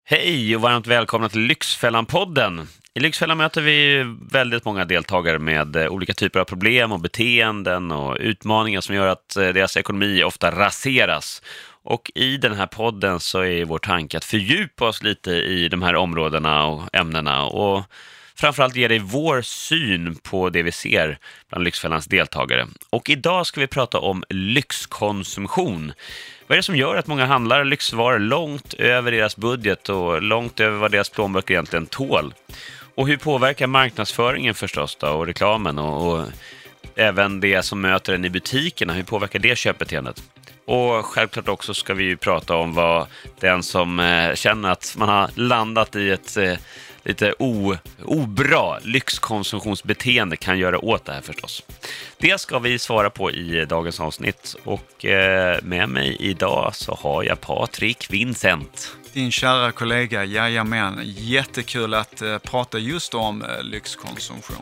Hej och varmt välkomna till Lyxfällan-podden. I Lyxfällan möter vi väldigt många deltagare med olika typer av problem och beteenden och utmaningar som gör att deras ekonomi ofta raseras. Och i den här podden så är vår tanke att fördjupa oss lite i de här områdena och ämnena och framförallt ge dig vår syn på det vi ser bland Lyxfällans deltagare. Och idag ska vi prata om lyxkonsumtion. Vad är det som gör att många handlar lyxvaror långt över deras budget och långt över vad deras plånböcker egentligen tål? Och hur påverkar marknadsföringen förstås då, och reklamen och även det som möter en i butikerna, hur påverkar det köpbeteendet? Och självklart också ska vi ju prata om vad den som känner att man har landat i ett lite obra lyxkonsumtionsbeteende kan göra åt det här förstås. Det ska vi svara på i dagens avsnitt och med mig idag så har jag Patrik Vincent. Din kära kollega, jajamän. Jättekul att prata just om lyxkonsumtion.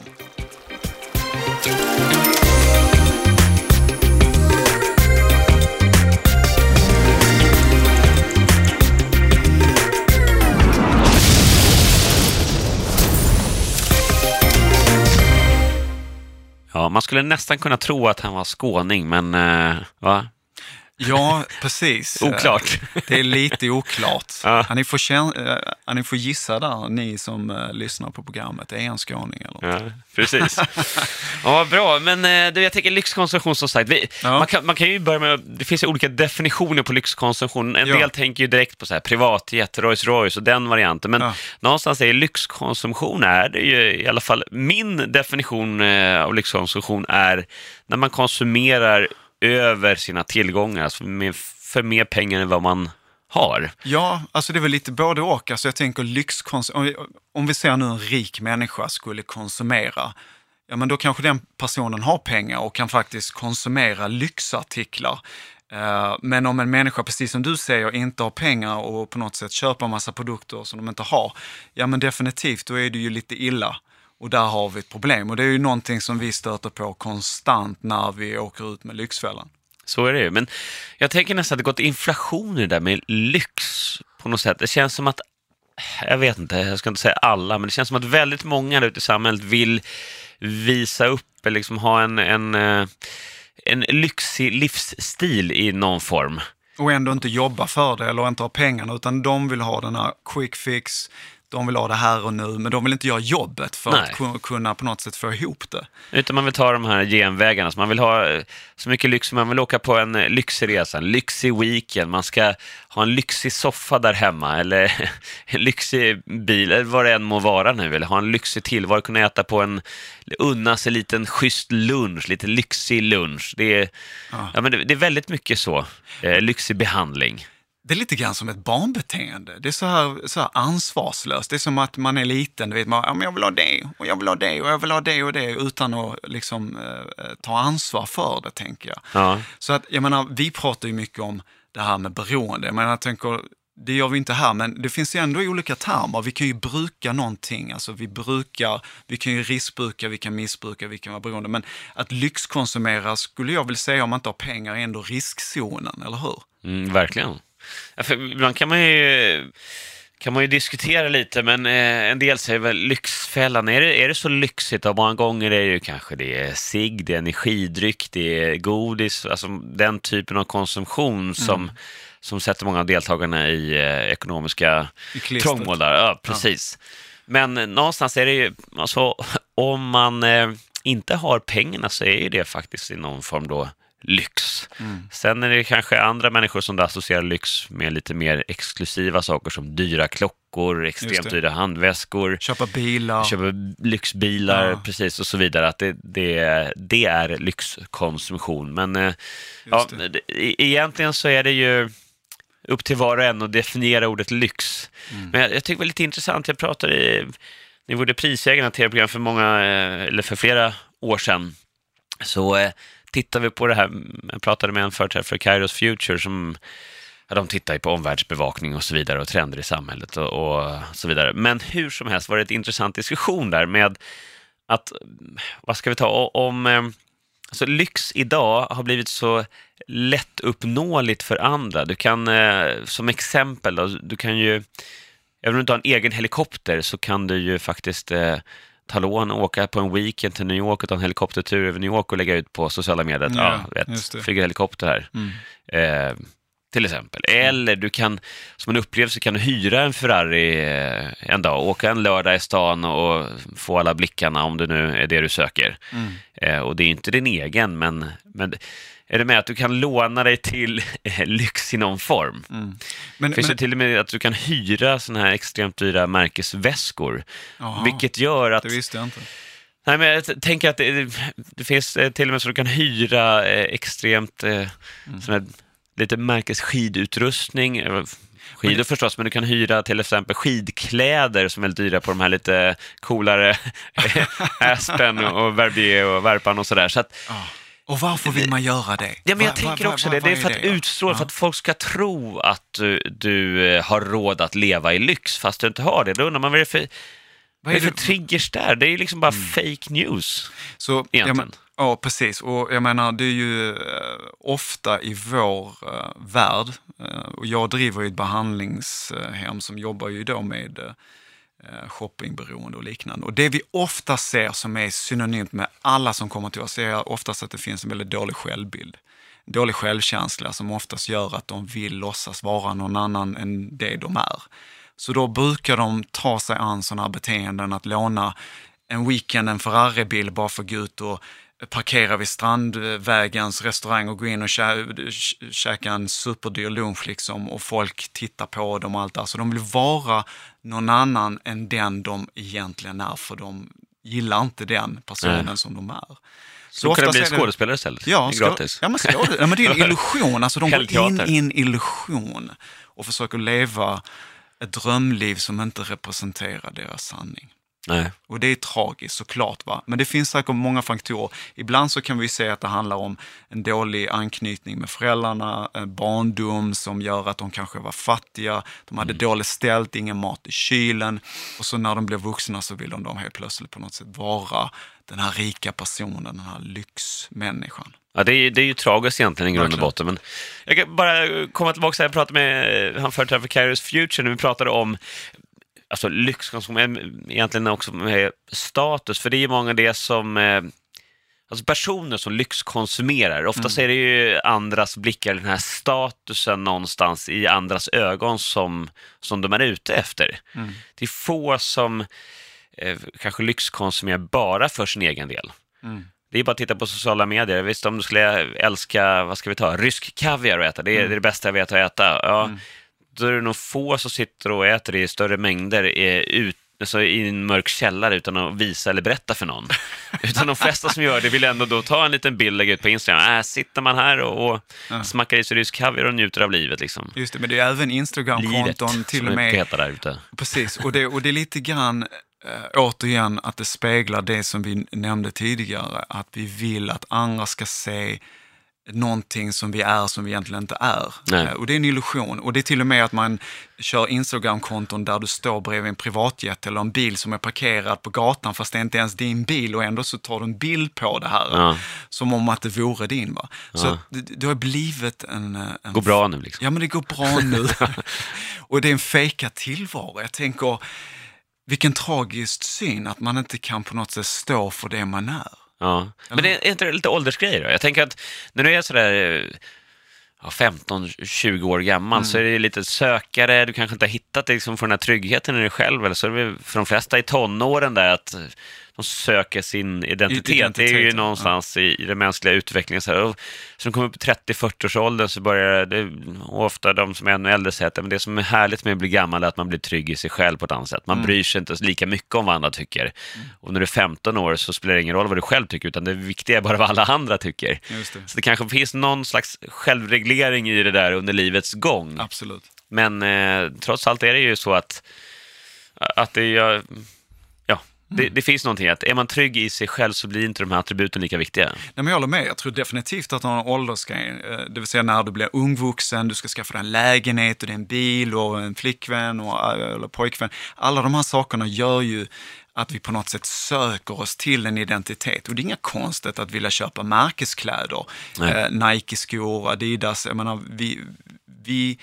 Ja, man skulle nästan kunna tro att han var skåning, men va? Ja, precis. Oklart. Det är lite oklart. Ja. Ni får gissa där, ni som lyssnar på programmet. Är en skåning eller Ja, precis. Ja, bra. Men jag tänker lyxkonsumtion som sagt. Man kan ju börja med, det finns ju olika definitioner på lyxkonsumtion. En del tänker ju direkt på så här privatjet, Rolls-Royce och den varianten. Men någonstans är lyxkonsumtion är det ju i alla fall. Min definition av lyxkonsumtion är när man konsumerar över sina tillgångar, alltså för mer pengar än vad man har. Ja, alltså det är väl lite både och. Alltså jag tänker om vi ser nu en rik människa skulle konsumera, ja men då kanske den personen har pengar och kan faktiskt konsumera lyxartiklar. Men om en människa, precis som du säger, inte har pengar och på något sätt köper en massa produkter som de inte har, ja men definitivt, då är det ju lite illa. Och där har vi ett problem. Och det är ju någonting som vi stöter på konstant när vi åker ut med Lyxfällan. Så är det ju. Men jag tänker nästan att det gått inflation i det där med lyx på något sätt. Det känns som att, jag vet inte, jag ska inte säga alla, men det känns som att väldigt många ute i samhället vill visa upp eller liksom ha en lyxig livsstil i någon form. Och ändå inte jobba för det eller inte ha pengarna, utan de vill ha den här quick fix. De vill ha det här och nu, men de vill inte göra jobbet för att kunna på något sätt få ihop det. Utan man vill ta de här genvägarna. Så man vill ha så mycket lyx. Man vill åka på en lyxig resa, en lyxig weekend. Man ska ha en lyxig soffa där hemma eller en lyxig bil, eller vad det än må vara nu. Eller ha en lyxig tillvaro, kunna äta på unna sig en liten schysst lunch, lite lyxig lunch. Det är väldigt mycket så. Lyxig behandling. Det är lite grann som ett barnbeteende. Det är så här ansvarslöst. Det är som att man är liten, du vet, jag vill ha det och jag vill ha det och jag vill ha det och det utan att liksom ta ansvar för det, tänker jag. Ja. Så att, jag menar, vi pratar ju mycket om det här med beroende. Men jag tänker, det gör vi inte här, men det finns ju ändå i olika termer. Vi kan ju bruka någonting, alltså vi kan ju riskbruka, vi kan missbruka, vi kan vara beroende. Men att lyxkonsumera skulle jag vilja säga, om man inte har pengar, är ändå riskzonen, eller hur? Verkligen. Ja, för ibland kan man ju diskutera lite, men en del säger väl Lyxfällan, är det så lyxigt? Och många gånger är det ju kanske det är cigg, det är energidryck, det är godis, alltså den typen av konsumtion som sätter många av deltagarna i ekonomiska trångmål där. Ja, precis. Ja. Men någonstans är det ju, alltså, om man inte har pengarna så är det faktiskt i någon form då lyx. Sen är det kanske andra människor som associerar lyx med lite mer exklusiva saker som dyra klockor, extremt dyra handväskor, köpa lyxbilar, precis, och så vidare. Att det är lyxkonsumtion. Men egentligen så är det ju upp till var och en att definiera ordet lyx. Men jag tycker det var lite intressant. Jag pratade ni gjorde Prisägarna TV-program för flera år sedan. Så tittar vi på det här, jag pratade med en företrädare för Kairos Future som de tittar ju på omvärldsbevakning och så vidare och trender i samhället och så vidare. Men hur som helst var det ett intressant diskussion där med att, vad ska vi ta om alltså lyx idag har blivit så lätt uppnåeligt för andra. Du kan som exempel då, du kan ju även om du inte har en egen helikopter så kan du ju faktiskt ta lån och åka på en weekend till New York och ta en helikoptertur över New York och lägga ut på sociala medier. Flyga helikopter här. Till exempel. Eller du kan, som en upplevelse kan du hyra en Ferrari en dag, åka en lördag i stan och få alla blickarna om det nu är det du söker. Och det är inte din egen, men är det med att du kan låna dig till lyx i någon form. Men finns det till och med att du kan hyra såna här extremt dyra märkesväskor. Vilket gör att... Det visste jag inte. Nej, men jag tänker att det finns till och med så du kan hyra extremt sån här, lite märkesskidutrustning. Skidor förstås, men du kan hyra till exempel skidkläder som är väldigt dyra på de här lite coolare Aspen och Verbier och Verpan och sådär. Så att, och varför vill man göra det? Ja, men jag tänker också det. Det är för att utstråla, för att folk ska tro att du har råd att leva i lyx fast du inte har det. Då undrar man vad är det för triggers där? Det är liksom bara fake news. Så, egentligen. Ja, precis. Och jag menar, det är ju ofta i vår värld, och jag driver ju ett behandlingshem som jobbar ju då med shoppingberoende och liknande. Och det vi ofta ser som är synonymt med alla som kommer till oss är oftast att det finns en väldigt dålig självbild. Dålig självkänsla som oftast gör att de vill låtsas vara någon annan än det de är. Så då brukar de ta sig an sådana här beteenden att låna en weekend, en Ferrari-bil bara för att gå ut och parkera vid Strandvägens restaurang och gå in och käka en superdyr lunch liksom, och folk tittar på dem och allt där. Så de vill vara någon annan än den de egentligen är, för de gillar inte den personen som de är. Så kan det bli skådespelare istället. Ja, gratis. Men det är en illusion. Alltså de går in i en illusion och försöker leva ett drömliv som inte representerar deras sanning. Nej. Och det är tragiskt såklart, va? Men det finns säkert många faktorer. Ibland så kan vi se att det handlar om en dålig anknytning med föräldrarna, barndom som gör att de kanske var fattiga, de hade dåligt ställt, ingen mat i kylen, och så när de blev vuxna så vill de helt plötsligt på något sätt vara den här rika personen, den här lyxmänniskan. Ja, det är ju tragiskt egentligen i grund och botten. Men jag kan bara komma tillbaka och prata med han företrädare för Kairos Future när vi pratade om alltså lyxkonsumtion, egentligen också med status, för det är många det som alltså personer som lyxkonsumerar, oftast är det ju andras blickar, den här statusen någonstans i andras ögon som de är ute efter. Det är få som kanske lyxkonsumerar bara för sin egen del. Det är bara att titta på sociala medier. Visst, om du skulle älska, vad ska vi ta, rysk kaviar att äta, det är det bästa jag vet att äta. Ja, då är det nog få som sitter och äter det i större mängder alltså i en mörk källare utan att visa eller berätta för någon. Utan de flesta som gör det vill ändå då ta en liten bild och lägga ut på Instagram. Sitter man här och smackar i sig rysk kaviar och njuter av livet liksom. Just det, men det är även Instagram-konton till och med. Där ute. Precis, och det är lite grann återigen att det speglar det som vi nämnde tidigare, att vi vill att andra ska se någonting som vi är som vi egentligen inte är. Och det är en illusion. Och det är till och med att man kör Instagram-konton där du står bredvid en privatjet eller en bil som är parkerad på gatan fast det är inte ens din bil, och ändå så tar du en bild på det här som om att det vore din, va? Så det har blivit en går bra nu liksom. Ja, men det går bra nu. Och det är en fejkad tillvaro. Jag tänker, vilken tragisk syn att man inte kan på något sätt stå för det man är. Ja, men det är inte lite åldersgrejer då? Jag tänker att när du är sådär 15-20 år gammal så är det lite sökare, du kanske inte har hittat liksom för den här tryggheten i dig själv, eller så är det för de flesta i tonåren där att de söker sin identitet. Det är ju någonstans i den mänskliga utvecklingen så här. Och så de kommer upp i 30-40-årsåldern så börjar det, och ofta de som är ännu äldre säger att men det som är härligt med att bli gammal är att man blir trygg i sig själv på ett annat sätt. Man bryr sig inte lika mycket om vad andra tycker. Och när du är 15 år så spelar det ingen roll vad du själv tycker, utan det viktiga är bara vad alla andra tycker. Just det. Så det kanske finns någon slags självreglering i det där under livets gång. Absolut. Men trots allt är det ju så att det det finns någonting att är man trygg i sig själv så blir inte de här attributen lika viktiga. Nej, men jag håller med. Jag tror definitivt att någon åldersgrej, det vill säga när du blir ungvuxen, du ska skaffa dig en lägenhet och en bil och en flickvän eller pojkvän. Alla de här sakerna gör ju att vi på något sätt söker oss till en identitet. Och det är inga konstigt att vilja köpa märkeskläder, Nike-skor, Adidas. Jag menar, vi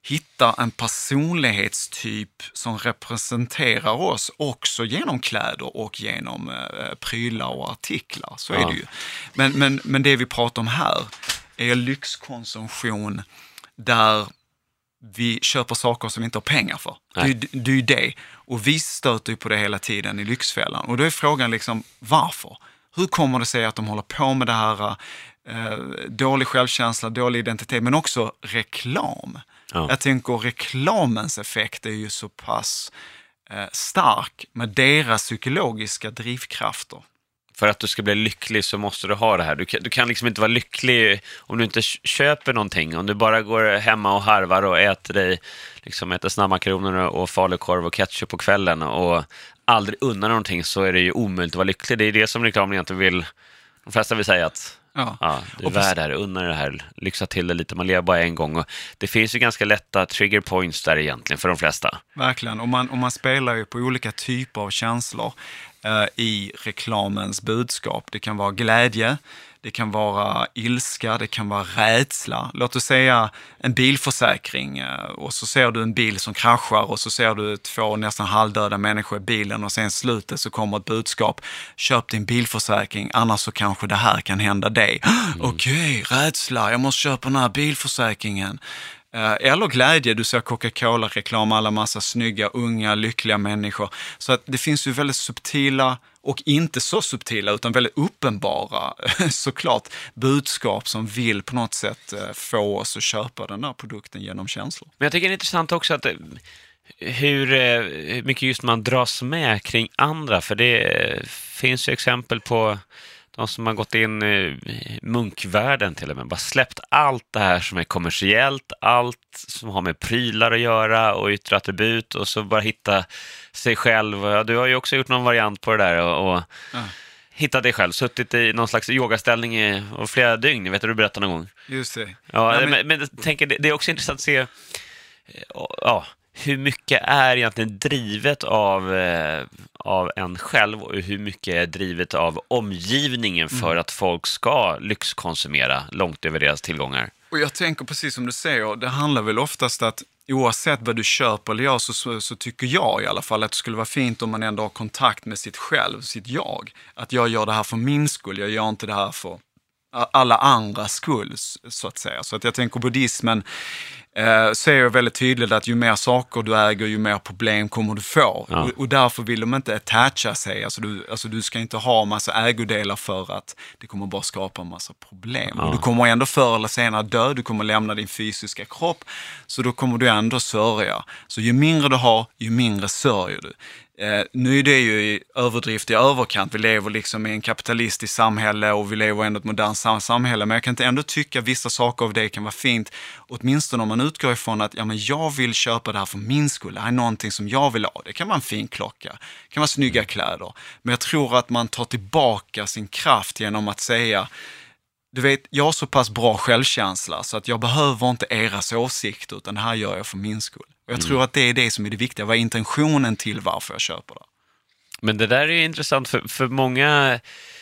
hitta en personlighetstyp som representerar oss också genom kläder och genom prylar och artiklar. Så är det ju. Men det vi pratar om här är lyxkonsumtion där vi köper saker som vi inte har pengar för. Det är ju det. Och vi stöter ju på det hela tiden i Lyxfällan. Och då är frågan liksom, varför? Hur kommer det sig att de håller på med det här dålig självkänsla, dålig identitet, men också reklam? Ja. Jag tänker reklamens effekt är ju så pass stark med deras psykologiska drivkrafter. För att du ska bli lycklig så måste du ha det här. Du kan liksom inte vara lycklig om du inte köper någonting. Om du bara går hemma och harvar och äter snabbmakaroner och falukorv och ketchup på kvällen och aldrig unnar någonting, så är det ju omöjligt att vara lycklig. Det är det som reklamen egentligen vill. De flesta vill säga att du är värd det här, unnar det här, lyxa till det lite. Man lever bara en gång. Och det finns ju ganska lätta trigger points där egentligen för de flesta. Verkligen. Och man spelar ju på olika typer av känslor i reklamens budskap. Det kan vara glädje, det kan vara ilska, det kan vara rädsla. Låt oss säga en bilförsäkring och så ser du en bil som kraschar och så ser du 2 nästan halvdöda människor i bilen och sen slutet så kommer ett budskap: köp din bilförsäkring, annars så kanske det här kan hända dig. Okej, rädsla, jag måste köpa den här bilförsäkringen. Eller glädje, du ser Coca-Cola-reklam, alla massa snygga, unga, lyckliga människor. Så att det finns ju väldigt subtila och inte så subtila utan väldigt uppenbara såklart budskap som vill på något sätt få oss att köpa den där produkten genom känslor. Men jag tycker det är intressant också att hur mycket just man dras med kring andra, för det finns ju exempel på de som har gått in i munkvärlden till och med, bara släppt allt det här som är kommersiellt, allt som har med prylar att göra och yttre attribut, och så bara hitta sig själv. Ja, du har ju också gjort någon variant på det där och hittat dig själv, suttit i någon slags yogaställning i flera dygn, vet du berättade någon gång. Just det. Ja, men jag tänker, det är också intressant att se hur mycket är egentligen drivet av en själv och hur mycket är drivet av omgivningen för att folk ska lyxkonsumera långt över deras tillgångar. Och jag tänker precis som du säger, det handlar väl oftast att oavsett vad du köper eller gör så tycker jag i alla fall att det skulle vara fint om man ändå har kontakt med sitt själv, sitt jag. Att jag gör det här för min skull, jag gör inte det här för alla andras skull så att säga. Så att jag tänker buddhismen säger väldigt tydligt att ju mer saker du äger, ju mer problem kommer du få. Ja. Och därför vill de inte attacha sig. Alltså du ska inte ha massa ägodelar för att det kommer bara skapa en massa problem. Ja. Och du kommer ändå förr eller senare dö, du kommer lämna din fysiska kropp. Så då kommer du ändå sörja. Så ju mindre du har, ju mindre sörjer du. Nu är det ju i överdrift i överkant. Vi lever liksom i en kapitalistisk samhälle och vi lever ändå i ett modernt samhälle. Men jag kan inte ändå tycka vissa saker av det kan vara fint. Åtminstone om man utgår ifrån att men jag vill köpa det här för min skull. Det här är någonting som jag vill ha. Det kan vara en fin klocka. Det kan vara snygga kläder. Men jag tror att man tar tillbaka sin kraft genom att säga: du vet, jag har så pass bra självkänsla så att jag behöver inte eras åsikter, utan det här gör jag för min skull. Och jag tror att det är det som är det viktiga. Vad är intentionen till varför jag köper det? Men det där är intressant för många,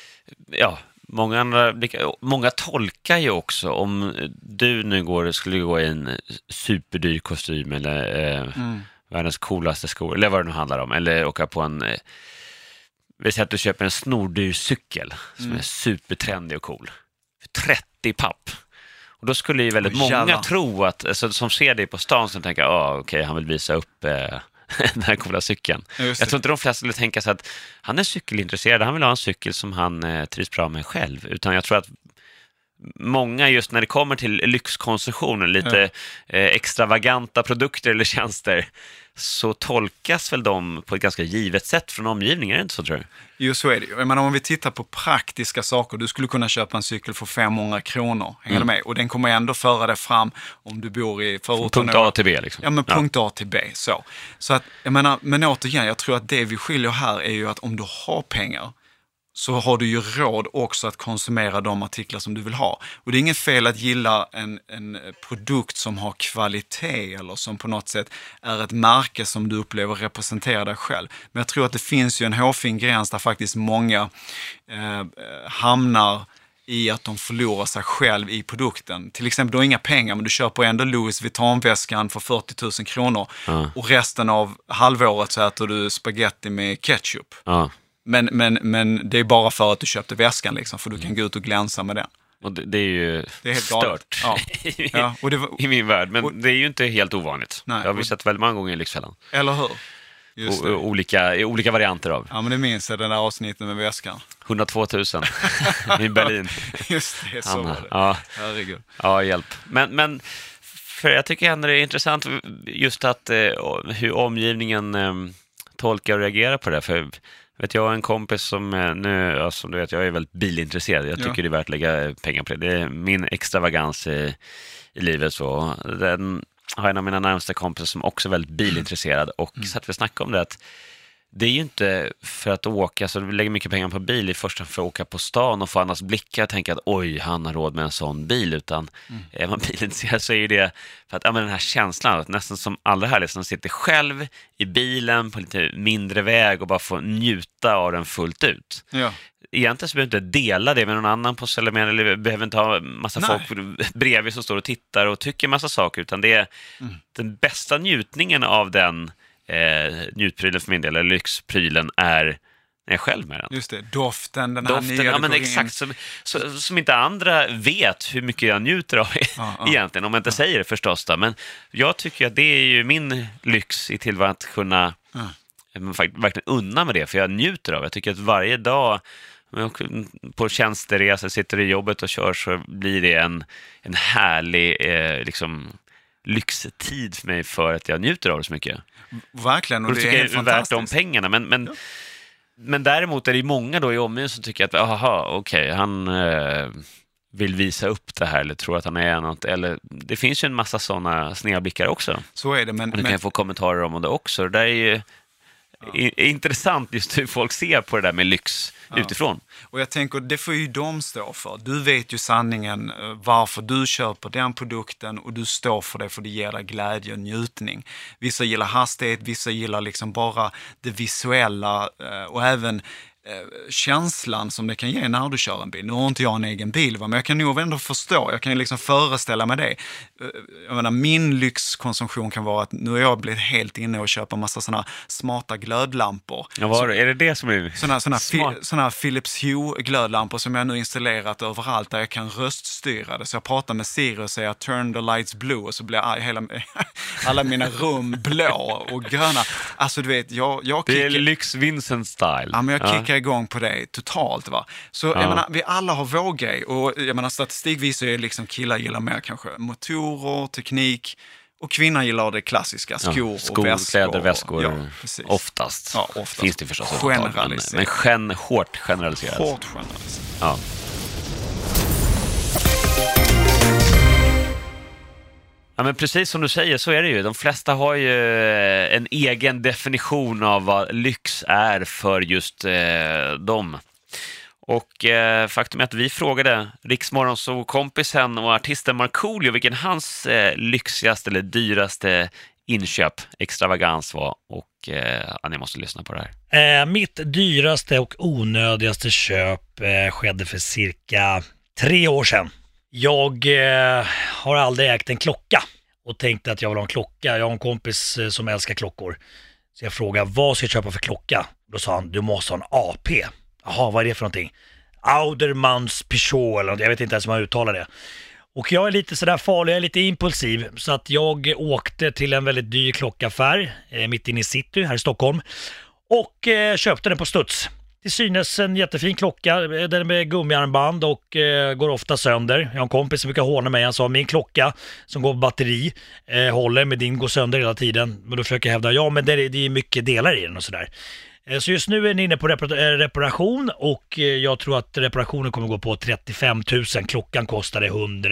många tolkar ju också, om du nu skulle gå i en superdyr kostym eller världens coolaste skor, eller vad det nu handlar om, eller åka på vi säger att du köper en snordyr cykel som är supertrendig och cool. 30 papp. Och då skulle ju väldigt många tro att, alltså, som ser dig på stan, som tänker, okej, han vill visa upp den här coola cykeln. Jag tror inte de flesta skulle tänka sig att han är cykelintresserad, han vill ha en cykel som han trivs bra med själv. Utan jag tror att många, just när det kommer till lyxkonsumtion, lite extravaganta produkter eller tjänster, så tolkas väl de på ett ganska givet sätt från omgivningen, är det inte så, tror jag? Jo, så är det. Jag menar, om vi tittar på praktiska saker, du skulle kunna köpa en cykel för 500 kronor, hänger du med? Och den kommer ändå föra dig fram om du bor i förorten. Punkt A till B liksom. Ja, men punkt A till B, så att, jag menar, men återigen, jag tror att det vi skiljer här är ju att om du har pengar, så har du ju råd också att konsumera de artiklar som du vill ha. Och det är inget fel att gilla en produkt som har kvalitet eller som på något sätt är ett märke som du upplever representerar dig själv. Men jag tror att det finns ju en hårfin gräns där faktiskt många hamnar i att de förlorar sig själv i produkten. Till exempel, du har inga pengar men du köper ändå Louis Vuitton-väskan för 40 000 kronor. Och resten av halvåret så äter du spaghetti med ketchup. Men det är bara för att du köpte väskan liksom, för du kan gå ut och glänsa med den. Och det är ju helt stört i min värld. Men det är ju inte helt ovanligt. Nej, jag har sett väldigt många gånger i Lyxfällan. Eller hur? Olika varianter av. Ja, men det minns jag, den där avsnitten med väskan. 102 000 i Berlin. Just det, så var det. Ja. Herregud. Ja, hjälp. Men för jag tycker ändå det är intressant just att hur omgivningen tolkar och reagerar på det. För jag har en kompis som nu, som du vet, jag är väldigt bilintresserad. Jag tycker det är värt att lägga pengar på det. Det är min extravagans i livet. Så den har en av mina närmaste kompisar som också är väldigt bilintresserad. Och så att vi snackar om det, att det är ju inte för att åka, så du lägger mycket pengar på bil i första för att åka på stan och få annars blicka och tänka att oj, han har råd med en sån bil, utan är man bilintresserad så är ju det för att den här känslan, att nästan som allra härligt som sitter själv i bilen på lite mindre väg och bara få njuta av den fullt ut. Ja. Egentligen så behöver du inte dela det med någon annan på sociala medier, eller behöver inte ha massa folk bredvid som står och tittar och tycker massa saker, utan det är den bästa njutningen av den njutprylen för min del, eller lyxprylen, är när jag själv med den. Just det, doften, den här nya, ja, men exakt, som inte andra vet hur mycket jag njuter av egentligen, om jag inte säger det förstås då. Men jag tycker att det är ju min lyx i tillvaron att kunna verkligen unna med det, för jag njuter av det. Jag tycker att varje dag på tjänsteresa, sitter i jobbet och kör, så blir det en härlig liksom lyxtid för mig, för att jag njuter av det så mycket. Verkligen, och det är helt värt de pengarna. Men däremot är det många då i omgivningen som tycker att han vill visa upp det här, eller tror att han är något, eller det finns ju en massa sådana snedblickar också. Så är det, men du kan få kommentarer om det också. Det är ju intressant just hur folk ser på det där med lyx utifrån. Och jag tänker, det får ju de stå för. Du vet ju sanningen varför du köper den produkten, och du står för det, för det ger dig glädje och njutning. Vissa gillar hastighet, vissa gillar liksom bara det visuella och även känslan som det kan ge när du kör en bil. Nu har inte jag en egen bil, men jag kan nog ändå förstå, jag kan liksom föreställa mig det. Jag menar, min lyxkonsumtion kan vara att nu har jag blivit helt inne och köper massa såna smarta glödlampor. Ja, är det som är såna Philips Hue glödlampor som jag nu installerat överallt, där jag kan röststyra det. Så jag pratar med Siri och säger turn the lights blue, och så blir alla mina rum blå och gröna. Alltså du vet, det är lyx Vincent style. Ja, men jag kickar igång på det totalt, va. Så jag menar, vi alla har vår grej, och jag menar, statistik visar ju liksom killar gillar mer kanske motorer, teknik, och kvinnor gillar det klassiska, skor och väskor. Kläder, väskor, oftast. Ja, oftast. Finns det förstås generaliserat. Men hårt generaliserat. Hårt generaliserat. Ja. Ja, men precis som du säger, så är det ju. De flesta har ju en egen definition av vad lyx är för just dem. Och faktum är att vi frågade Riksmorgon så kompisen och artisten Markoolio vilken hans lyxigaste eller dyraste inköp, extravagans var. Och ni måste lyssna på det här. Mitt dyraste och onödigaste köp skedde för cirka 3 år sedan. Jag har aldrig ägt en klocka och tänkte att jag vill ha en klocka. Jag har en kompis som älskar klockor. Så jag frågade, vad ska jag köpa för klocka? Då sa han, du måste ha en AP. Jaha, vad är det för någonting? Audermans Peugeot eller något. Jag vet inte ens hur man uttalar det. Och jag är lite sådär farlig, jag är lite impulsiv. Så att jag åkte till en väldigt dyr klockaffär mitt inne i city här i Stockholm. Och köpte den på studs. Det synes en jättefin klocka, den med gummiarmband och går ofta sönder. Jag har en kompis som brukar håna mig, han sa min klocka som går på batteri håller, med din går sönder hela tiden. Men då försöker jag hävda, ja men det är mycket delar i den och sådär. Så just nu är den inne på reparation, och jag tror att reparationen kommer gå på 35 000. Klockan kostade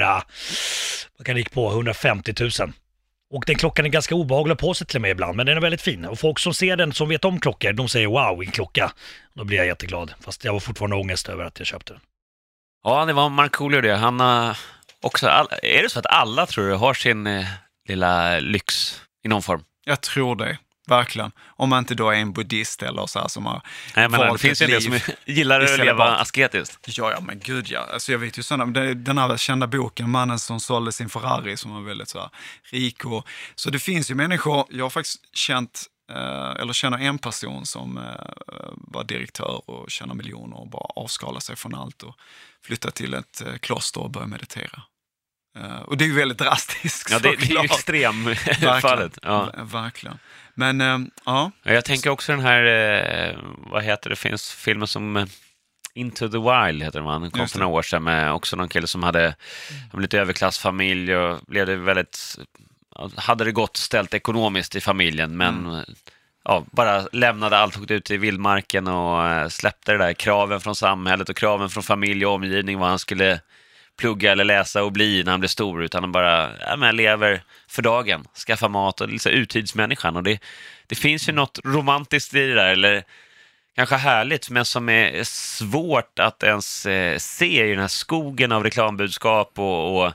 150 000. Och den klockan är ganska obehaglig på sig till och med ibland, men den är väldigt fin. Och folk som ser den, som vet om klockor, de säger wow, en klocka. Då blir jag jätteglad, fast jag var fortfarande ångest över att jag köpte den. Ja, det var Markoolio det. Han också, är det så att alla tror du har sin lilla lyx i någon form? Jag tror det. verkligen. Om man inte då är en buddhist eller så här som har det finns ju en del som gillar att leva asketiskt. Ja, men gud ja. Alltså jag vet ju sådana, den här kända boken, mannen som sålde sin Ferrari, som var väldigt så här rik. Så det finns ju människor, jag har faktiskt känner en person som var direktör och tjänar miljoner och bara avskala sig från allt och flytta till ett kloster och börja meditera. Och det är ju väldigt drastiskt. Ja, det är ju extremfallet. Ja. Verkligen. Men, ja. Jag tänker också den här, vad heter det, finns filmer som Into the Wild heter den kom för några år sedan med också någon kille som hade lite överklassfamilj och hade det gott ställt ekonomiskt i familjen, men bara lämnade allt och ut i vildmarken och släppte det där kraven från samhället och kraven från familj och omgivning vad han skulle plugga eller läsa och bli när han blir stor, utan han bara lever för dagen, skaffa mat och liksom uttidsmänniskan. Och det finns ju något romantiskt i det där, eller kanske härligt, men som är svårt att ens se i den här skogen av reklambudskap och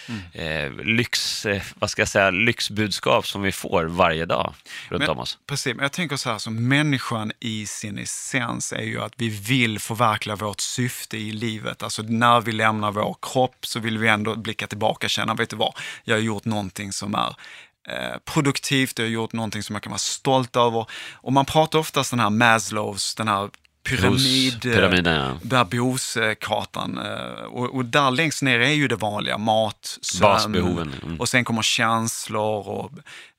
lyxbudskap som vi får varje dag runt om oss. Precis, men jag tänker så här, som människan i sin essens är ju att vi vill förverkliga vårt syfte i livet. Alltså när vi lämnar vår kropp så vill vi ändå blicka tillbaka och känna, vet du vad, jag har gjort någonting som är produktivt, jag har gjort någonting som jag kan vara stolt över. Och man pratar oftast den här Maslows, den här pyramiden, där behovskartan. Och där längst ner är ju det vanliga, mat, sömn, basbehoven. Och sen kommer känslor och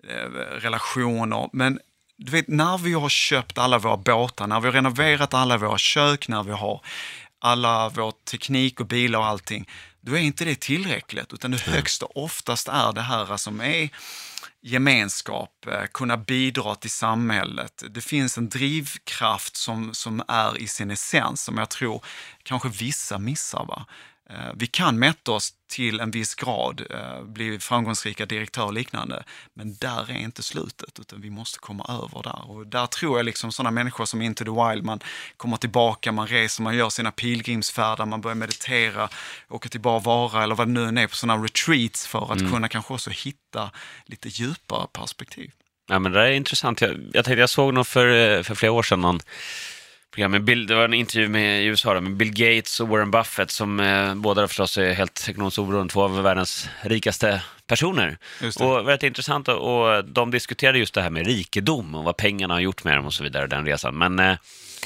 relationer. Men du vet, när vi har köpt alla våra båtar, när vi har renoverat alla våra kök, när vi har alla vår teknik och bilar och allting, då är inte det tillräckligt, utan det högsta oftast är det här som är gemenskap, kunna bidra till samhället. Det finns en drivkraft som är i sin essens, som jag tror kanske vissa missar. Va? Vi kan mätta oss till en viss grad, bli framgångsrika direktörer och liknande, men där är inte slutet, utan vi måste komma över där. Och där tror jag liksom sådana människor som Into the Wild, man kommer tillbaka, man reser, man gör sina pilgrimsfärder, man börjar meditera, åker till Bar Vara eller vad det nu är på sådana retreats för att kunna kanske också hitta lite djupare perspektiv. Ja, men det är intressant. Jag såg nog för flera år sedan någon program med det var en intervju med i USA med Bill Gates och Warren Buffett, som båda förstås är helt ekonomiskt oberoende, två av världens rikaste personer. Och väldigt intressant, och de diskuterade just det här med rikedom och vad pengarna har gjort med dem och så vidare, den resan. Men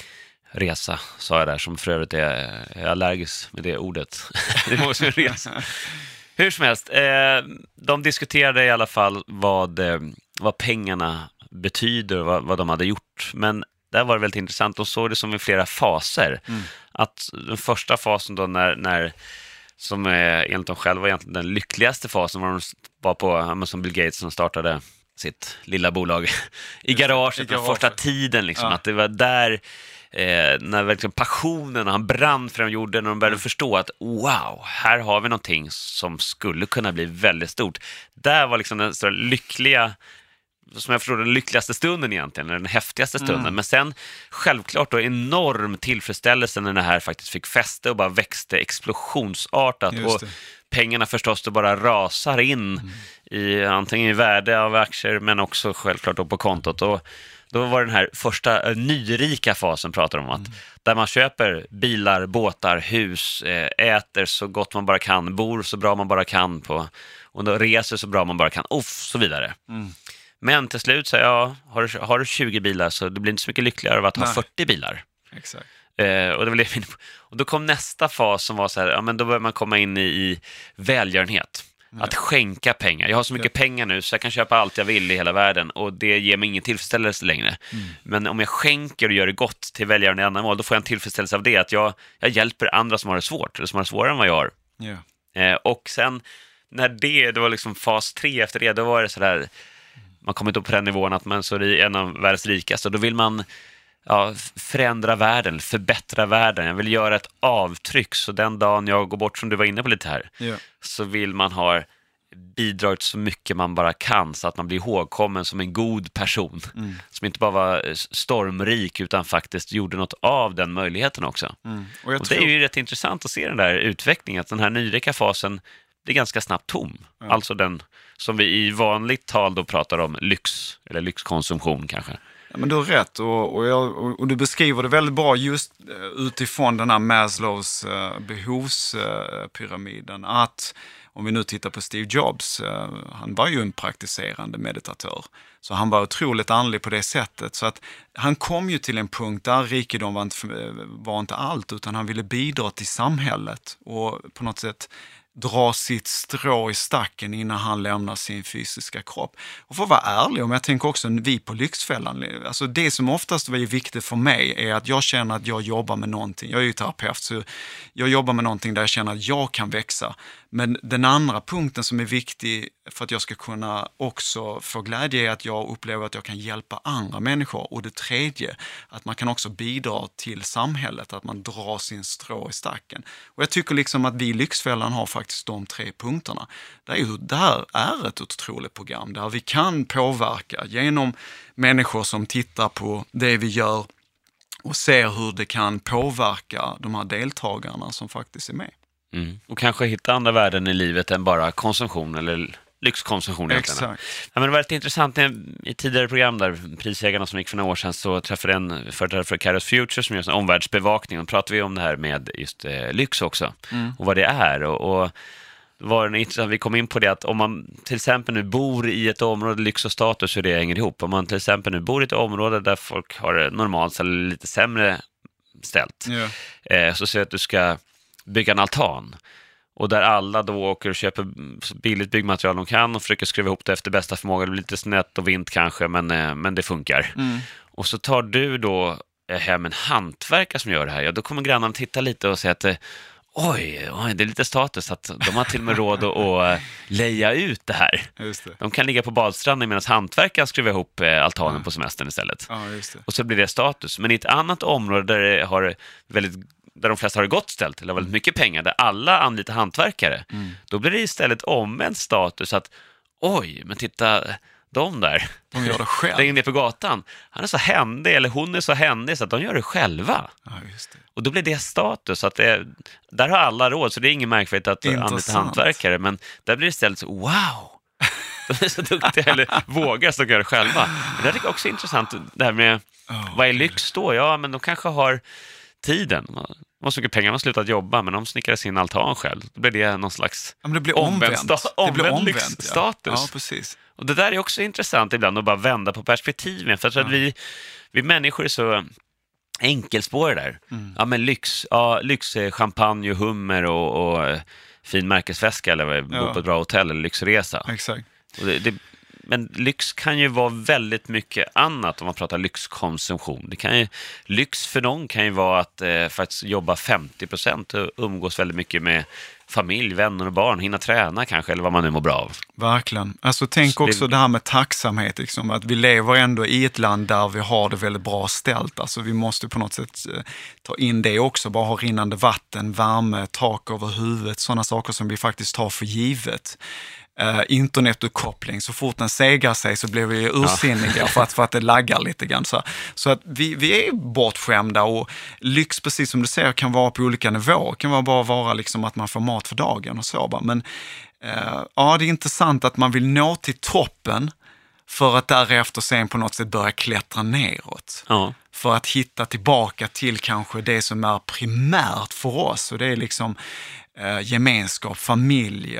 resa sa jag där, som för övrigt är allergisk med det ordet. Det var också en resa. Hur som helst, de diskuterade i alla fall vad pengarna betyder och vad de hade gjort. Men där var det väldigt intressant. De såg det som i flera faser. Att den första fasen då när som enligt dem själva egentligen den lyckligaste fasen var på som Bill Gates som startade sitt lilla bolag i garaget den första tiden liksom. Ja. Att det var där när verkligen passionen och han brann för de gjorde, när de började förstå att wow, här har vi någonting som skulle kunna bli väldigt stort. Där var liksom den stora lyckliga, som jag förstår, den lyckligaste stunden egentligen, den häftigaste stunden. Men sen självklart då enorm tillfredsställelse när det här faktiskt fick fäste och bara växte explosionsartat. Och pengarna förstås då bara rasar in i antingen i värde av aktier, men också självklart då på kontot. Och då var den här första nyrika fasen pratar om att där man köper bilar, båtar, hus, äter så gott man bara kan, bor så bra man bara kan på, och då reser så bra man bara kan, och så vidare. Men till slut så har du 20 bilar så det blir inte så mycket lyckligare av att ha 40 bilar. Exakt. Och då kom nästa fas som var så här, men då börjar man komma in i välgörenhet. Att skänka pengar. Jag har så mycket pengar nu så jag kan köpa allt jag vill i hela världen, och det ger mig ingen tillfredsställelse längre. Men om jag skänker och gör det gott till välgörande ändamål, då får jag en tillfredsställelse av det, att jag hjälper andra som har det svårt, eller som har det svårare än vad jag har. Och sen när det var liksom fas 3 efter det, då var det så där, man kommer inte på den nivån att man så är en av världens rikaste, och då vill man förändra världen, förbättra världen. Jag vill göra ett avtryck, så den dagen jag går bort, som du var inne på lite här, så vill man ha bidragit så mycket man bara kan, så att man blir ihågkommen som en god person som inte bara var stormrik utan faktiskt gjorde något av den möjligheten också. Och det är ju rätt intressant att se den där utvecklingen, att den här nyrika fasen det är ganska snabbt tom. Alltså den som vi i vanligt tal då pratar om lyx, eller lyxkonsumtion kanske. Ja, men du har rätt och du beskriver det väldigt bra just utifrån den här Maslows behovspyramiden. Att om vi nu tittar på Steve Jobs, han var ju en praktiserande meditatör. Så han var otroligt andlig på det sättet. Så att han kom ju till en punkt där rikedom var inte allt, utan han ville bidra till samhället och på något sätt dra sitt strå i stacken innan han lämnar sin fysiska kropp. Och för att vara ärlig, om jag tänker också vi på Lyxfällan, alltså det som oftast är viktigt för mig är att jag känner att jag jobbar med någonting. Jag är ju terapeut, så jag jobbar med någonting där jag känner att jag kan växa. Men den andra punkten som är viktig för att jag ska kunna också få glädje är att jag upplever att jag kan hjälpa andra människor. Och det tredje, att man kan också bidra till samhället, att man drar sin strå i stacken. Och jag tycker liksom att vi i Lyxfällan har faktiskt de 3 punkterna. Det här är ett otroligt program där vi kan påverka genom människor som tittar på det vi gör och ser hur det kan påverka de här deltagarna som faktiskt är med. Och kanske hitta andra värden i livet än bara konsumtion eller lyxkonsumtion. Exakt. Ja, men det var väldigt intressant i tidigare program där prisägarna som gick för några år sedan, så träffade en företrädare för Kairos Future som gör en omvärldsbevakning, och pratade vi om det här med just lyx också och vad det är, och var det intressant, vi kom in på det att om man till exempel nu bor i ett område lyx och status, så det hänger ihop. Om man till exempel nu bor i ett område där folk har det normalt eller lite sämre ställt, så säger att du ska bygga en altan, och där alla då åker och köper så billigt byggmaterial de kan och försöker skruva ihop det efter bästa förmåga. Det blir lite snett och vint kanske, men det funkar. Och så tar du då hem en hantverkare som gör det här. Ja, då kommer grannarna titta lite och säga att oj, det är lite status att de har till och med råd att leja ut det här. Just det. De kan ligga på badstranden medan hantverkaren skruvar ihop altanen på semestern istället. Ja, just det. Och så blir det status. Men i ett annat område där de flesta har det gott ställt, eller väldigt mycket pengar, där alla anlitar hantverkare, då blir det istället omvänd status att oj, men titta, de gör det själv. längre ner på gatan, han är så händig, eller hon är så händig så att de gör det själva. Ja, just det. Och då blir det status, att där har alla råd, så det är ingen märkvärdigt att anlita hantverkare, men där blir det istället så, wow, de är så duktiga, eller vågar så göra det själva. Men det är också intressant, det här med vad är lyx då? Ja, men de kanske har tiden. De har så mycket pengar, de har slutat jobba, men de snickrar sin altan själv. Då blir det någon slags det blir omvänt lyxstatus. Ja, precis. Och det där är också intressant ibland, att bara vända på perspektiven. För jag tror att vi människor är så enkelspåriga där. Ja, men lyx är champagne och hummer och fin märkesväska, eller bo på ett bra hotell, eller lyxresa. Exakt. Och men lyx kan ju vara väldigt mycket annat om man pratar lyxkonsumtion. Lyx för någon kan ju vara att faktiskt jobba 50% och umgås väldigt mycket med familj, vänner och barn, hinna träna kanske, eller vad man nu mår bra av. Verkligen. Alltså tänk också det här med tacksamhet, liksom, att vi lever ändå i ett land där vi har det väldigt bra ställt. Alltså vi måste på något sätt ta in det också, bara ha rinnande vatten, värme, tak över huvudet, sådana saker som vi faktiskt tar för givet. Internetuppkoppling, så fort den segar sig så blir vi ursinniga för att det laggar lite grann. Så att vi är bortskämda, och lyx, precis som du säger, kan vara på olika nivåer. Det kan bara vara liksom att man får mat för dagen och så. Men det är intressant att man vill nå till toppen för att därefter sen på något sätt börja klättra neråt. Ja. För att hitta tillbaka till kanske det som är primärt för oss, och det är liksom gemenskap, familj,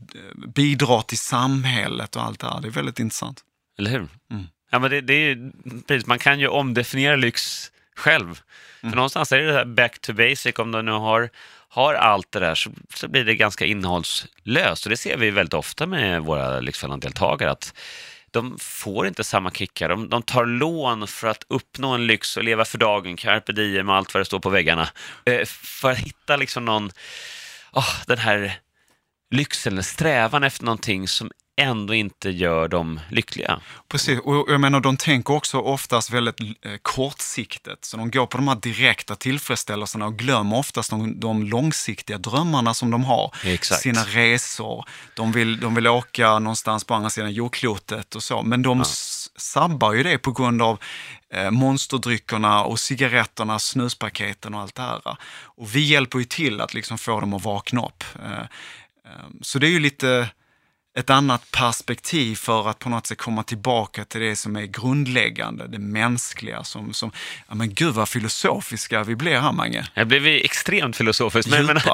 bidra till samhället och allt det här. Det är väldigt intressant. Eller hur? Ja, men det är precis, man kan ju omdefiniera lyx själv. För någonstans är det här back to basic. Om du nu har allt det där, så blir det ganska innehållslöst. Och det ser vi väldigt ofta med våra Lyxfällan-deltagare, att de får inte samma kickar. De tar lån för att uppnå en lyx och leva för dagen, carpe diem med allt vad det står på väggarna. För att hitta liksom den här lyxen, eller strävan efter någonting som ändå inte gör dem lyckliga. Precis, och jag menar, de tänker också oftast väldigt kortsiktigt. Så de går på de här direkta tillfredsställelserna och glömmer oftast de långsiktiga drömmarna som de har. Exakt. Sina resor. De vill åka någonstans på andra sidan jordklotet och så. Men de sabbar ju det på grund av monsterdryckerna och cigaretterna, snuspaketen och allt det här. Och vi hjälper ju till att liksom få dem att vakna upp. Så det är ju lite ett annat perspektiv för att på något sätt komma tillbaka till det som är grundläggande, det mänskliga. Ja men gud vad filosofiska vi blir här, Mange. Jag blev extremt filosofisk.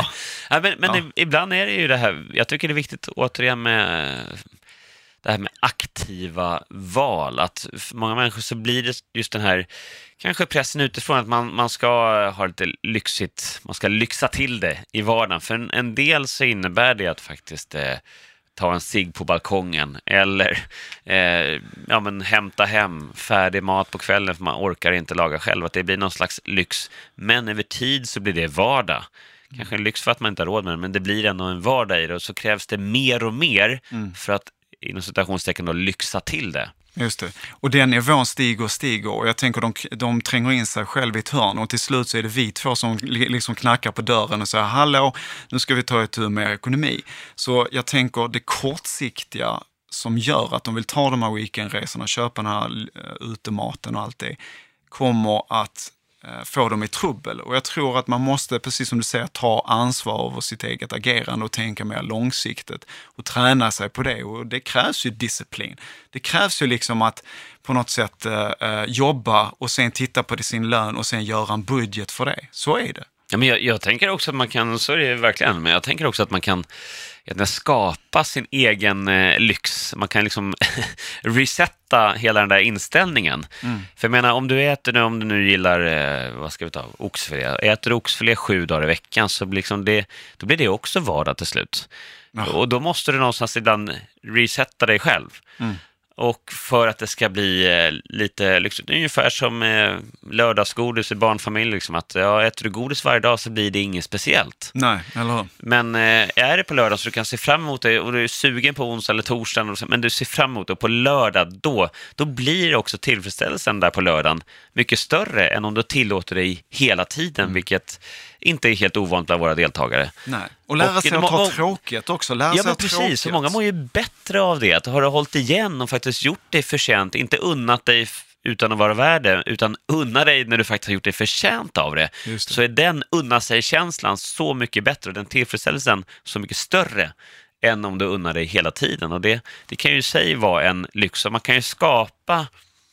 Men ibland är det ju det här, jag tycker det är viktigt återigen med det här med aktiva val. Att för många människor så blir det just den här kanske pressen utifrån att man ska ha lite lyxigt, man ska lyxa till det i vardagen. För en del så innebär det att faktiskt ta en cigg på balkongen eller hämta hem färdig mat på kvällen för man orkar inte laga själv. Att det blir någon slags lyx. Men över tid så blir det vardag. Kanske en lyx för att man inte har råd med det, men det blir ändå en vardag i det. Och så krävs det mer och mer för att inom citationstecken då lyxa till det. Just det. Och den nivån stiger och jag tänker de tränger in sig själv i ett hörn och till slut så är det vi två som liksom knackar på dörren och säger hallå, nu ska vi ta ett tur med ekonomi. Så jag tänker det kortsiktiga som gör att de vill ta de här weekendresorna, köpa den här utematen och allt det, kommer att få dem i trubbel. Och jag tror att man måste, precis som du säger, ta ansvar över sitt eget agerande och tänka mer långsiktigt och träna sig på det. Och det krävs ju disciplin. Det krävs ju liksom att på något sätt jobba och sen titta på sin lön och sen göra en budget för det. Så är det. Ja, men jag tänker också att man kan, så är det verkligen, men jag tänker också att man kan skapa sin egen lyx. Man kan liksom resetta hela den där inställningen. För jag menar, om du nu gillar, vad ska vi ta, oxfilé. Äter oxfilé 7 dagar i veckan så liksom då blir det också vardag till slut. Och då måste du någonstans ibland resetta dig själv. Och för att det ska bli lite lyxigt, ungefär som lördagsgodis i barnfamilj, liksom, att äter du godis varje dag så blir det inget speciellt. Nej, eller hur? Men är det på lördag så du kan se fram emot det och du är sugen på onsdag eller torsdag, men du ser fram emot det, och på lördag då blir också tillfredsställelsen där på lördagen mycket större än om du tillåter dig hela tiden, vilket inte är helt ovanligt bland våra deltagare. Nej. Och lära sig att ta tråkigt också. Precis. Och många mår ju bättre av det. Att har du hållit igen och faktiskt gjort det förtjänt, inte unnat dig utan att vara värd det, utan unna dig när du faktiskt har gjort det förtjänt av det. Så är den unna sig-känslan så mycket bättre och den tillfredsställelsen så mycket större än om du unnar dig hela tiden. Och det kan ju säga vara en lyx. Och man kan ju skapa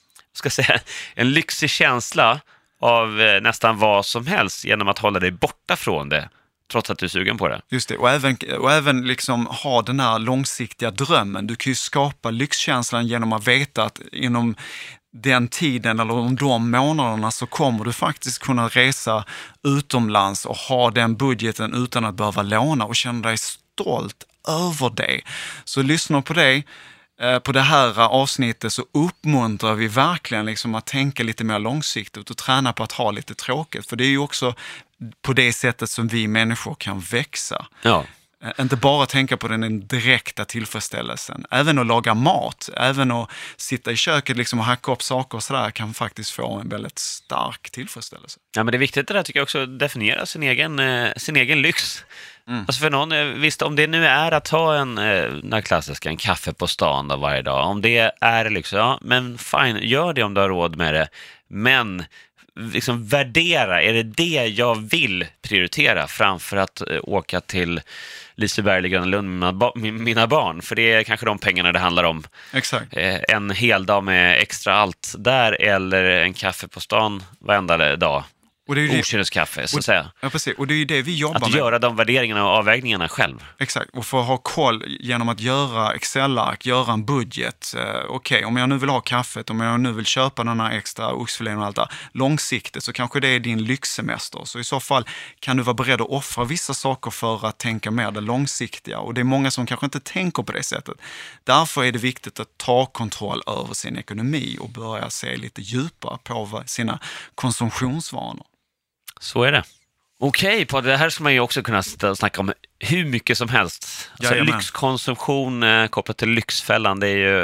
en lyxig känsla av nästan vad som helst genom att hålla dig borta från det, trots att du är sugen på det. Just det, och även liksom ha den här långsiktiga drömmen. Du kan ju skapa lyxkänslan genom att veta att inom den tiden eller om de månaderna så kommer du faktiskt kunna resa utomlands och ha den budgeten utan att behöva låna och känna dig stolt över det. Så lyssna på dig. På det här avsnittet så uppmuntrar vi verkligen liksom att tänka lite mer långsiktigt och träna på att ha lite tråkigt. För det är ju också på det sättet som vi människor kan växa. Ja. Inte bara tänka på den direkta tillfredsställelsen. Även att laga mat, även att sitta i köket liksom och hacka upp saker och sådär kan faktiskt få en väldigt stark tillfredsställelse. Ja, men det är viktigt det där, tycker jag också, att definiera sin egen lyx. Alltså för någon, visst, om det nu är att ta en klassiska, en kaffe på stan då varje dag, om det är liksom, ja, men fine, gör det om du har råd med det, men liksom värdera, är det jag vill prioritera framför att åka till Liseberg eller Gröna Lund med mina barn, för det är kanske de pengarna det handlar om. Exakt. En hel dag med extra allt där, eller en kaffe på stan varenda dag. Okyneskaffe, så att säga. Ja, precis. Och det är ju det vi jobbar med. Att göra de värderingarna och avvägningarna själv. Exakt. Och för att ha koll genom att göra Excel-ark, göra en budget. Okej, om jag nu vill ha kaffet, om jag nu vill köpa den här extra oxfilén och allt det, långsiktigt så kanske det är din lyxsemester. Så i så fall kan du vara beredd att offra vissa saker för att tänka mer det långsiktiga. Och det är många som kanske inte tänker på det sättet. Därför är det viktigt att ta kontroll över sin ekonomi och börja se lite djupare på sina konsumtionsvanor. Så är det. Okej, på det här ska man ju också kunna snacka om hur mycket som helst. Alltså lyxkonsumtion kopplat till Lyxfällan,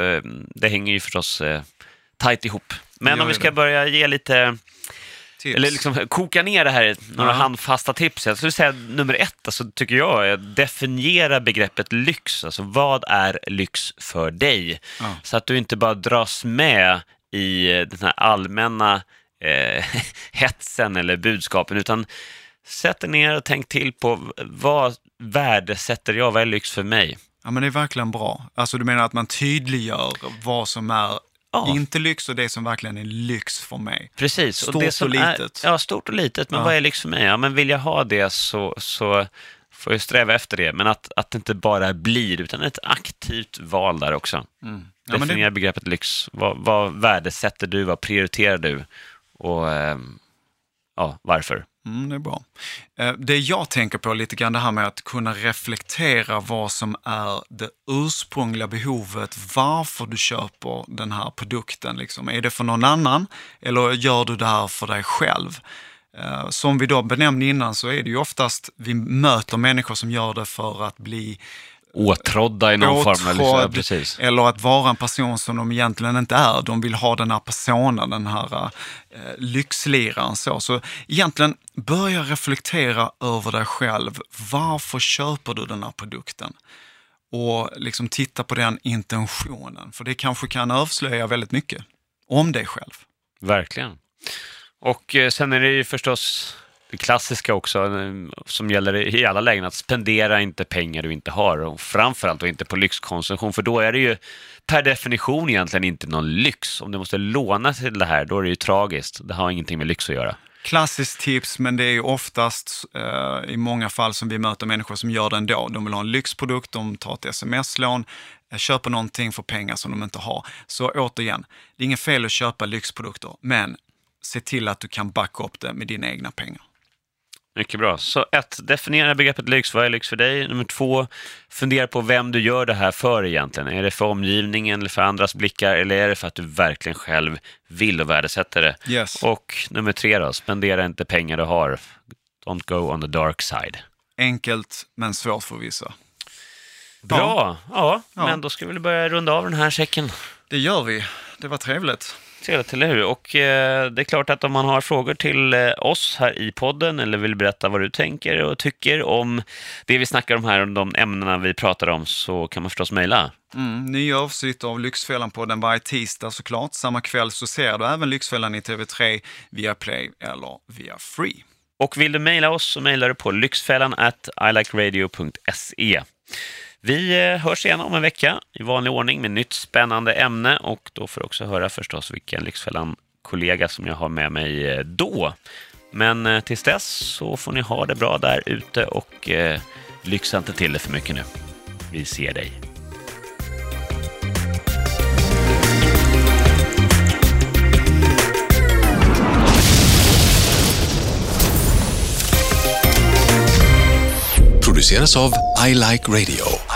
det hänger ju förstås tajt ihop. Men om vi ska börja ge lite tips, eller liksom koka ner det här, några handfasta tips. Jag skulle säga nummer 1, alltså, tycker jag, är att definiera begreppet lyx. Alltså vad är lyx för dig? Så att du inte bara dras med i den här allmänna hetsen eller budskapen, utan sätt ner och tänk till på värdesätter jag? Vad är lyx för mig? Ja, men det är verkligen bra. Alltså du menar att man tydliggör vad som är inte lyx och det som verkligen är lyx för mig. Precis. Stort och, det som och litet. Ja, stort och litet. Men vad är lyx för mig? Ja, men vill jag ha det så får jag sträva efter det. Men att det inte bara blir, utan ett aktivt val där också. Ja, Definiera begreppet lyx. Vad värdesätter du? Vad prioriterar du? Och varför? Det är bra. Det jag tänker på lite grann det här med att kunna reflektera vad som är det ursprungliga behovet, varför du köper den här produkten. Liksom. Är det för någon annan eller gör du det här för dig själv? Som vi då benämnde innan så är det ju oftast vi möter människor som gör det för att bli åtrådda i någon form. Precis. Eller att vara en person som de egentligen inte är. De vill ha den här personen, den här lyxliran. Så egentligen börja reflektera över dig själv. Varför köper du den här produkten? Och liksom titta på den intentionen. För det kanske kan avslöja väldigt mycket om dig själv. Verkligen. Och sen är det ju förstås det klassiska också som gäller i alla lägen, att spendera inte pengar du inte har, och framförallt då inte på lyxkonsumtion, för då är det ju per definition egentligen inte någon lyx. Om du måste låna till det här, då är det ju tragiskt. Det har ingenting med lyx att göra. Klassiskt tips, men det är ju oftast i många fall som vi möter människor som gör det ändå. De vill ha en lyxprodukt, de tar ett sms-lån, köper någonting för pengar som de inte har. Så återigen, det är ingen fel att köpa lyxprodukter, men se till att du kan backa upp det med dina egna pengar. Mycket bra. Så 1. Definiera begreppet lyx. Vad är lyx för dig? Nummer 2. Fundera på vem du gör det här för egentligen. Är det för omgivningen eller för andras blickar? Eller är det för att du verkligen själv vill och värdesätter det? Yes. Och nummer 3 då. Spendera inte pengar du har. Don't go on the dark side. Enkelt men svårt för vissa. Bra. Ja. Men då ska vi börja runda av den här säcken. Det gör vi. Det var trevligt. Trevligt, eller hur? Och det är klart att om man har frågor till oss här i podden eller vill berätta vad du tänker och tycker om det vi snackar om här, om de ämnena vi pratar om, så kan man förstås mejla. Nya avsnitt av Lyxfällan-podden varje tisdag såklart. Samma kväll så ser du även Lyxfällan i TV3 via Play eller via Free. Och vill du mejla oss så mejlar du på lyxfällan@ilikeradio.se. Vi hörs igen om en vecka i vanlig ordning med nytt spännande ämne, och då får du också höra förstås vilken Lyxfällan-kollega som jag har med mig då. Men tills dess så får ni ha det bra där ute och lyxa inte till det för mycket nu. Vi ser dig. Produceras av I Like Radio.